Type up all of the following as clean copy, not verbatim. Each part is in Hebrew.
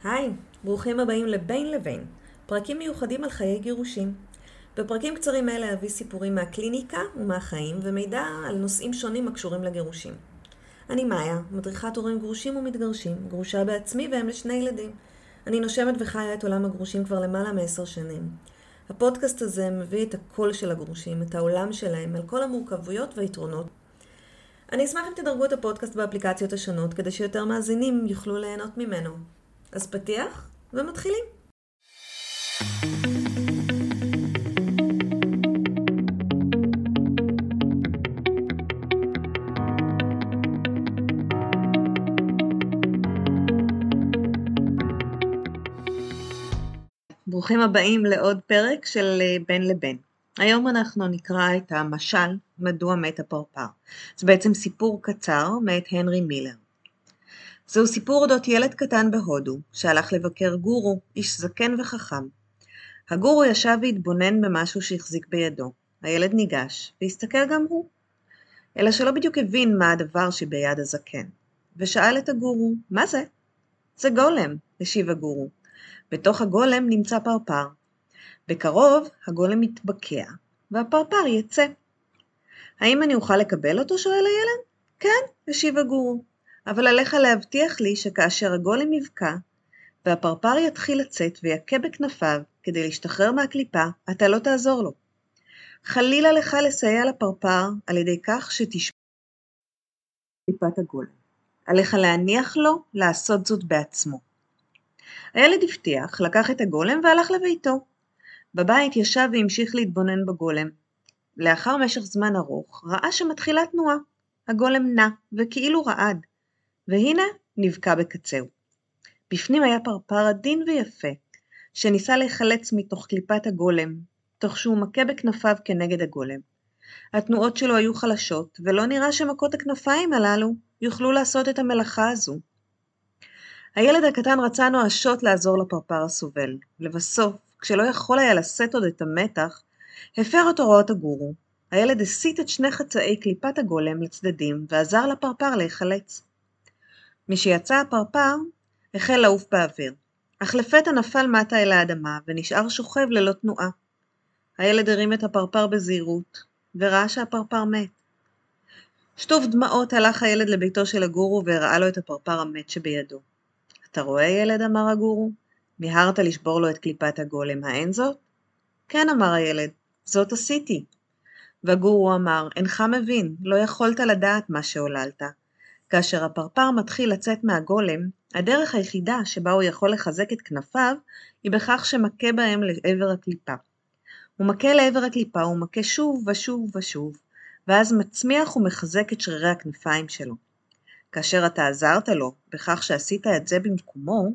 היי, ברוכים הבאים לבין לבין, פרקים מיוחדים על חיי גירושים. בפרקים קצרים אלה אביא סיפורים מהקליניקה ומהחיים ומידע על נושאים שונים הקשורים לגירושים. אני מאיה, מדריכת הורים גרושים ומתגרשים, גרושה בעצמי והם לשני ילדים. אני נושמת וחיה את עולם הגרושים כבר למעלה מ10 שנים. הפודקאסט הזה מביא את הקול של הגרושים, את העולם שלהם, על כל המורכבויות והיתרונות. אני אשמח אם תדרגו את הפודקאסט באפליקציות השונות כדי שיותר מאזינים יוכלו ליהנות ממנו. אז פתיח ומתחילים. ברוכים הבאים לעוד פרק של בין לבין. היום אנחנו נקרא את המשל מדוע מת הפרפר. זה בעצם סיפור קצר מאת הנרי מילר. זהו סיפור אודות ילד קטן בהודו שהלך לבקר גורו, איש זקן וחכם. הגורו ישב והתבונן במשהו שהחזיק בידו. הילד ניגש והסתכל גם הוא, אלא שלא בדיוק הבין מה הדבר שביד הזקן, ושאל את הגורו, מה זה? זה גולם, השיב הגורו. בתוך הגולם נמצא פרפר. בקרוב הגולם מתבקע, והפרפר יצא. האם אני אוכל לקבל אותו? שואל הילד. כן, השיב הגורו. אבל עליך להבטיח לי שכאשר הגולם יבקע, והפרפר יתחיל לצאת ויכה בכנפיו כדי להשתחרר מהקליפה, אתה לא תעזור לו. חלילה לך לסייע לפרפר על ידי כך שתשמע קליפת הגולם. עליך להניח לו לעשות זאת בעצמו. הילד הבטיח, לקח את הגולם והלך לביתו. בבית ישב והמשיך להתבונן בגולם. לאחר משך זמן ארוך ראה שמתחילה תנועה. הגולם נע וכאילו רעד. והנה נבקע בקצהו. בפנים היה פרפר עדין ויפה, שניסה להיחלץ מתוך קליפת הגולם, תוך שהוא מכה בכנפיו כנגד הגולם. התנועות שלו היו חלשות, ולא נראה שמכות הכנפיים הללו יוכלו לעשות את המלאכה הזו. הילד הקטן רצה נואשות לעזור לפרפר הסובל. לבסוף, כשלא יכול היה לשאת עוד את המתח, הפר את הוראות הגורו. הילד הסיט את שני חצאי קליפת הגולם לצדדים, ועזר לפרפר להיחלץ. משיצא הפרפר, החל לעוף באוויר, אך לפתע נפל מטה אל האדמה ונשאר שוכב ללא תנועה. הילד הרים את הפרפר בזהירות, וראה שהפרפר מת. שטוף דמעות הלך הילד לביתו של הגורו והראה לו את הפרפר המת שבידו. אתה רואה ילד? אמר הגורו. מיהרת לשבור לו את קליפת הגולם, האין זאת? כן, אמר הילד, זאת עשיתי. והגורו אמר, אינך מבין, לא יכולת לדעת מה שעוללת. כאשר הפרפר מתחיל לצאת מהגולם, הדרך היחידה שבה הוא יכול לחזק את כנפיו, היא בכך שמכה בהם לעבר הקליפה. הוא מכה לעבר הקליפה, הוא מכה שוב ושוב ושוב, ואז מצמיח ומחזק את שרירי הכנפיים שלו. כאשר אתה עזרת לו, בכך שעשית את זה במקומו,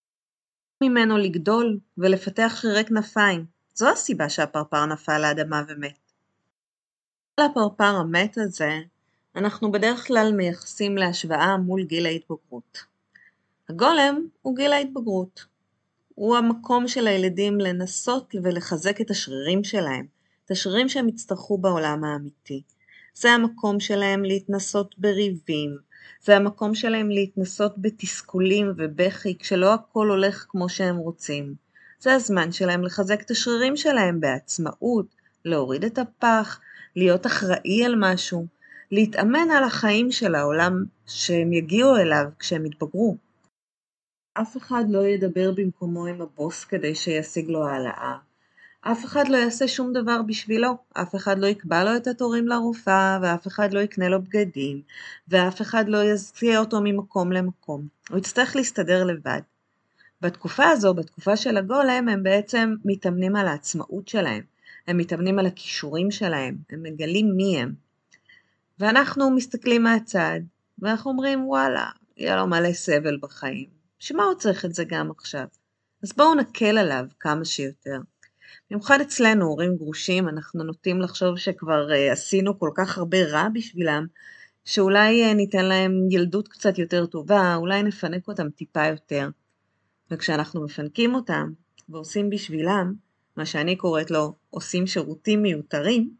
ממנו לגדול ולפתח שרירי כנפיים. זו הסיבה שהפרפר נפל לאדמה ומת. על הפרפר המת הזה, אנחנו בדרך כלל מייחסים להשוואה מול גיל ההתבגרות. הגולם הוא גיל ההתבגרות. הוא המקום של הילדים לנסות ולחזק את השרירים שלהם, את השרירים שהם יצטרכו בעולם האמיתי. זה המקום שלהם להתנסות בריבים, זה המקום שלהם להתנסות בתסכולים ובכי, כשלא הכל הולך כמו שהם רוצים. זה הזמן שלהם לחזק את השרירים שלהם בעצמאות, להוריד את הפח, להיות אחראי על משהו, להתאמן על החיים של העולם שהם יגיעו אליו כשהם יתבגרו. אף אחד לא ידבר במקומו עם הבוס כדי שישיג לו העלאה. אף אחד לא יעשה שום דבר בשבילו, אף אחד לא יקבע לו את התורים לרופאה, ואף אחד לא יקנה לו בגדים, ואף אחד לא יסיע אותו ממקום למקום. הוא יצטרך להסתדר לבד. בתקופה הזו, בתקופה של הגולם, הם בעצם מתאמנים על העצמאות שלהם, הם מתאמנים על הכישורים שלהם, הם מגלים מי הם. ואנחנו מסתכלים מהצד, ואנחנו אומרים, וואלה, יהיה לו מלא סבל בחיים. שמה הוא צריך את זה גם עכשיו? אז בואו נקל עליו כמה שיותר. במיוחד אצלנו, הורים גרושים, אנחנו נוטים לחשוב שכבר עשינו כל כך הרבה רע בשבילם, שאולי ניתן להם ילדות קצת יותר טובה, אולי נפנק אותם טיפה יותר. וכשאנחנו מפנקים אותם ועושים בשבילם, מה שאני קוראת לו, עושים שירותים מיותרים,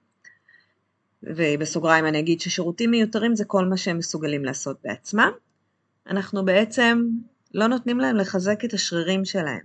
ובסוגריים אני אגיד ששירותים מיותרים זה כל מה שהם מסוגלים לעשות בעצמם, אנחנו בעצם לא נותנים להם לחזק את השרירים שלהם.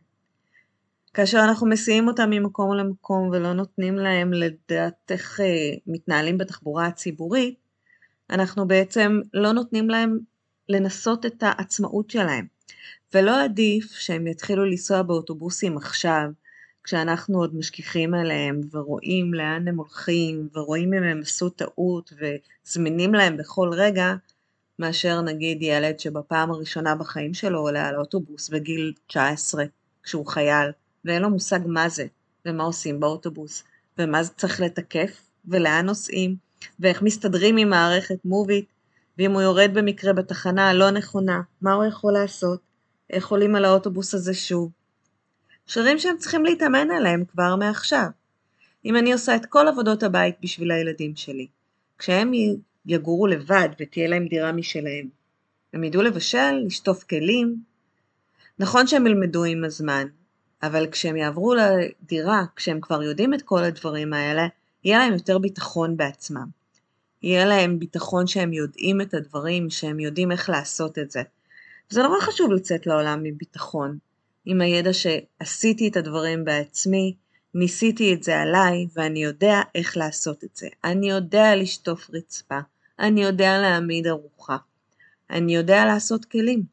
כאשר אנחנו מסיעים אותם ממקום למקום ולא נותנים להם לדעת איך מתנהלים בתחבורה הציבורית, אנחנו בעצם לא נותנים להם לנסות את העצמאות שלהם. ולא עדיף שהם יתחילו לנסוע באוטובוסים עכשיו, כשאנחנו עוד משגיחים עליהם ורואים לאן הם הולכים, ורואים אם הם עשו טעות וזמינים להם בכל רגע, מאשר נגיד ילד שבפעם הראשונה בחיים שלו עולה על אוטובוס בגיל 19, כשהוא חייל, ואין לו מושג מה זה, ומה עושים באוטובוס, ומה זה צריך לתקף, ולאן נוסעים, ואיך מסתדרים עם מערכת מובית, ואם הוא יורד במקרה בתחנה הלא נכונה, מה הוא יכול לעשות, איך עולים על האוטובוס הזה שוב. שרים שהם צריכים להתאמן עליהם כבר מעכשיו. אם אני עושה את כל עבודות הבית בשביל הילדים שלי, כשהם יגורו לבד ותהיה להם דירה משלהם, הם ידעו לבשל, לשטוף כלים, נכון שהם ילמדו עם הזמן, אבל כשהם יעברו לדירה, כשהם כבר יודעים את כל הדברים האלה, יהיה להם יותר ביטחון בעצמם. יהיה להם ביטחון שהם יודעים את הדברים, שהם יודעים איך לעשות את זה. זה נורא חשוב לצאת לעולם מביטחון, עם הידע שעשיתי את הדברים בעצמי, ניסיתי את זה עליי, ואני יודע איך לעשות את זה. אני יודע לשטוף רצפה, אני יודע להעמיד ארוחה, אני יודע לעשות כלים.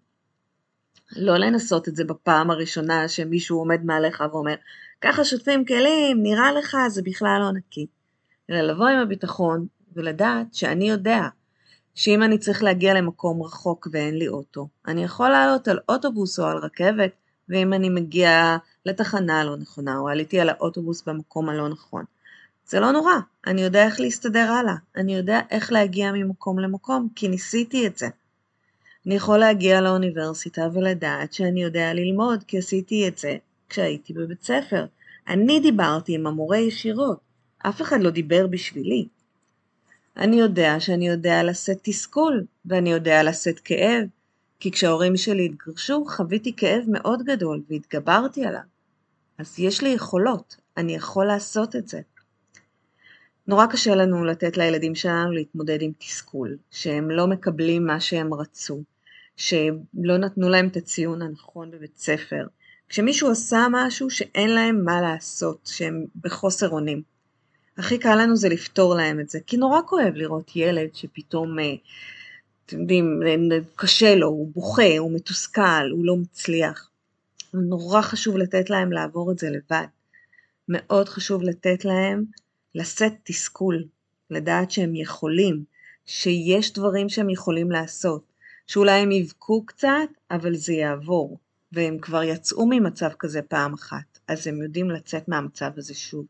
לא לנסות את זה בפעם הראשונה שמישהו עומד מעליך ואומר, ככה שוטפים כלים, נראה לך, זה בכלל לא נקי. אלא לבוא עם הביטחון ולדעת שאני יודע שאם אני צריך להגיע למקום רחוק ואין לי אוטו, אני יכול לעלות על אוטובוס או על רכבת, ואם אני מגיע לתחנה הלא נכונה, או עליתי על האוטובוס במקום הלא נכון, זה לא נורא, אני יודע איך להסתדר הלאה, אני יודע איך להגיע ממקום למקום, כי ניסיתי את זה. אני יכול להגיע לאוניברסיטה ולדעת שאני יודע ללמוד, כי עשיתי את זה כשהייתי בבית ספר. אני דיברתי עם המורה ישירות, אף אחד לא דיבר בשבילי. אני יודע שאני יודע לשאת תסכול, ואני יודע לשאת כאב, כי כשההורים שלי התגרשו, חוויתי כאב מאוד גדול, והתגברתי עליו. אז יש לי יכולות, אני יכול לעשות את זה. נורא קשה לנו לתת לילדים שלנו להתמודד עם תסכול, שהם לא מקבלים מה שהם רצו, שלא נתנו להם את הציון הנכון בבית ספר, כשמישהו עשה משהו שאין להם מה לעשות, שהם בחוסר אונים. הכי קל לנו זה לפתור להם את זה, כי נורא כואב לראות ילד שפתאום, אתם יודעים, קשה לו, הוא בוכה, הוא מתוסכל, הוא לא מצליח. נורא חשוב לתת להם לעבור את זה לבד. מאוד חשוב לתת להם לשאת תסכול, לדעת שהם יכולים, שיש דברים שהם יכולים לעשות, שאולי הם יבכו קצת, אבל זה יעבור, והם כבר יצאו ממצב כזה פעם אחת, אז הם יודעים לצאת מהמצב הזה שוב.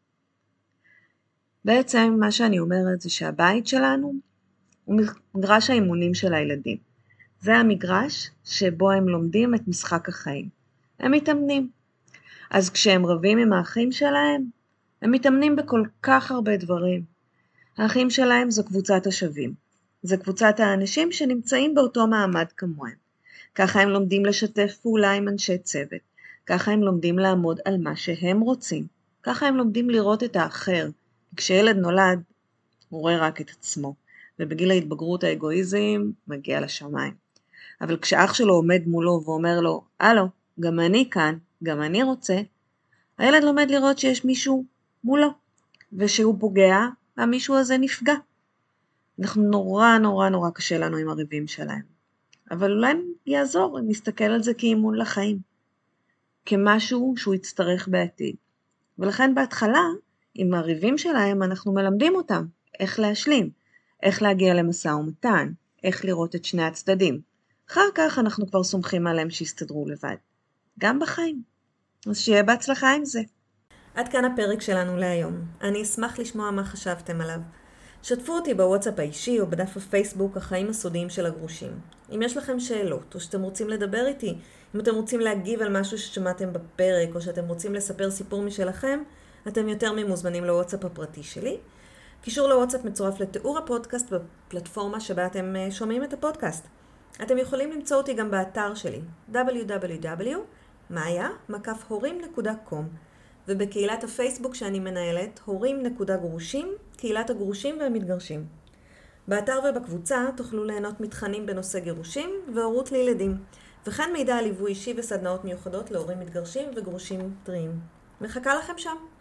בעצם מה שאני אומרת זה שהבית שלנו הוא מגרש האימונים של הילדים. זה המגרש שבו הם לומדים את משחק החיים. הם מתאמנים. אז כשהם רבים עם האחים שלהם, הם מתאמנים בכל כך הרבה דברים. האחים שלהם זו קבוצת השווים. זו קבוצת האנשים שנמצאים באותו מעמד כמוהם. ככה הם לומדים לשתף פעולה עם אנשי צוות. ככה הם לומדים לעמוד על מה שהם רוצים. ככה הם לומדים לראות את האחר. כשילד נולד, הוא רואה רק את עצמו. ובגיל ההתבגרות האגואיזם מגיע לשמיים. אבל כשאח שלו עומד מולו ואומר לו, הלו, גם אני כאן, גם אני רוצה, הילד לומד לראות שיש מישהו מולו, ושהוא פוגע, והמישהו הזה נפגע. אנחנו נורא קשה לנו עם הריבים שלהם. אבל אולי יעזור אם נסתכל על זה כאימון לחיים, כמשהו שהוא יצטרך בעתיד. ולכן בהתחלה, עם הריבים שלהם, אנחנו מלמדים אותם איך להשלים, איך להגיע למשא ומתן, איך לראות את שני הצדדים. אחר כך אנחנו כבר סומכים עליהם שיסתדרו לבד. גם בחיים. אז שיהיה בהצלחה עם זה. עד כאן הפרק שלנו להיום. אני אשמח לשמוע מה חשבתם עליו. שתפו אותי בוואטסאפ האישי או בדף הפייסבוק החיים הסודיים של הגרושים. אם יש לכם שאלות או שאתם רוצים לדבר איתי, אם אתם רוצים להגיב על משהו ששמעתם בפרק או שאתם רוצים לספר סיפור משלכם, אתם יותר ממוזמנים לוואטסאפ הפרטי שלי. קישור לוואטסאפ מצורף לתיאור הפודקאסט בפלטפורמה שבה אתם שומעים את הפודקאסט. אתם יכולים למצוא אותי גם באתר שלי www.maya.com ובקהילת הפייסבוק שאני מנהלת הורים.גרושים, קהילת הגרושים והמתגרשים. באתר ובקבוצה תוכלו ליהנות מתכנים בנושא גירושים והורות לילדים, וכן מידע על ליווי אישי וסדנאות מיוחדות להורים מתגרשים וגרושים טריים. מחכה לכם שם.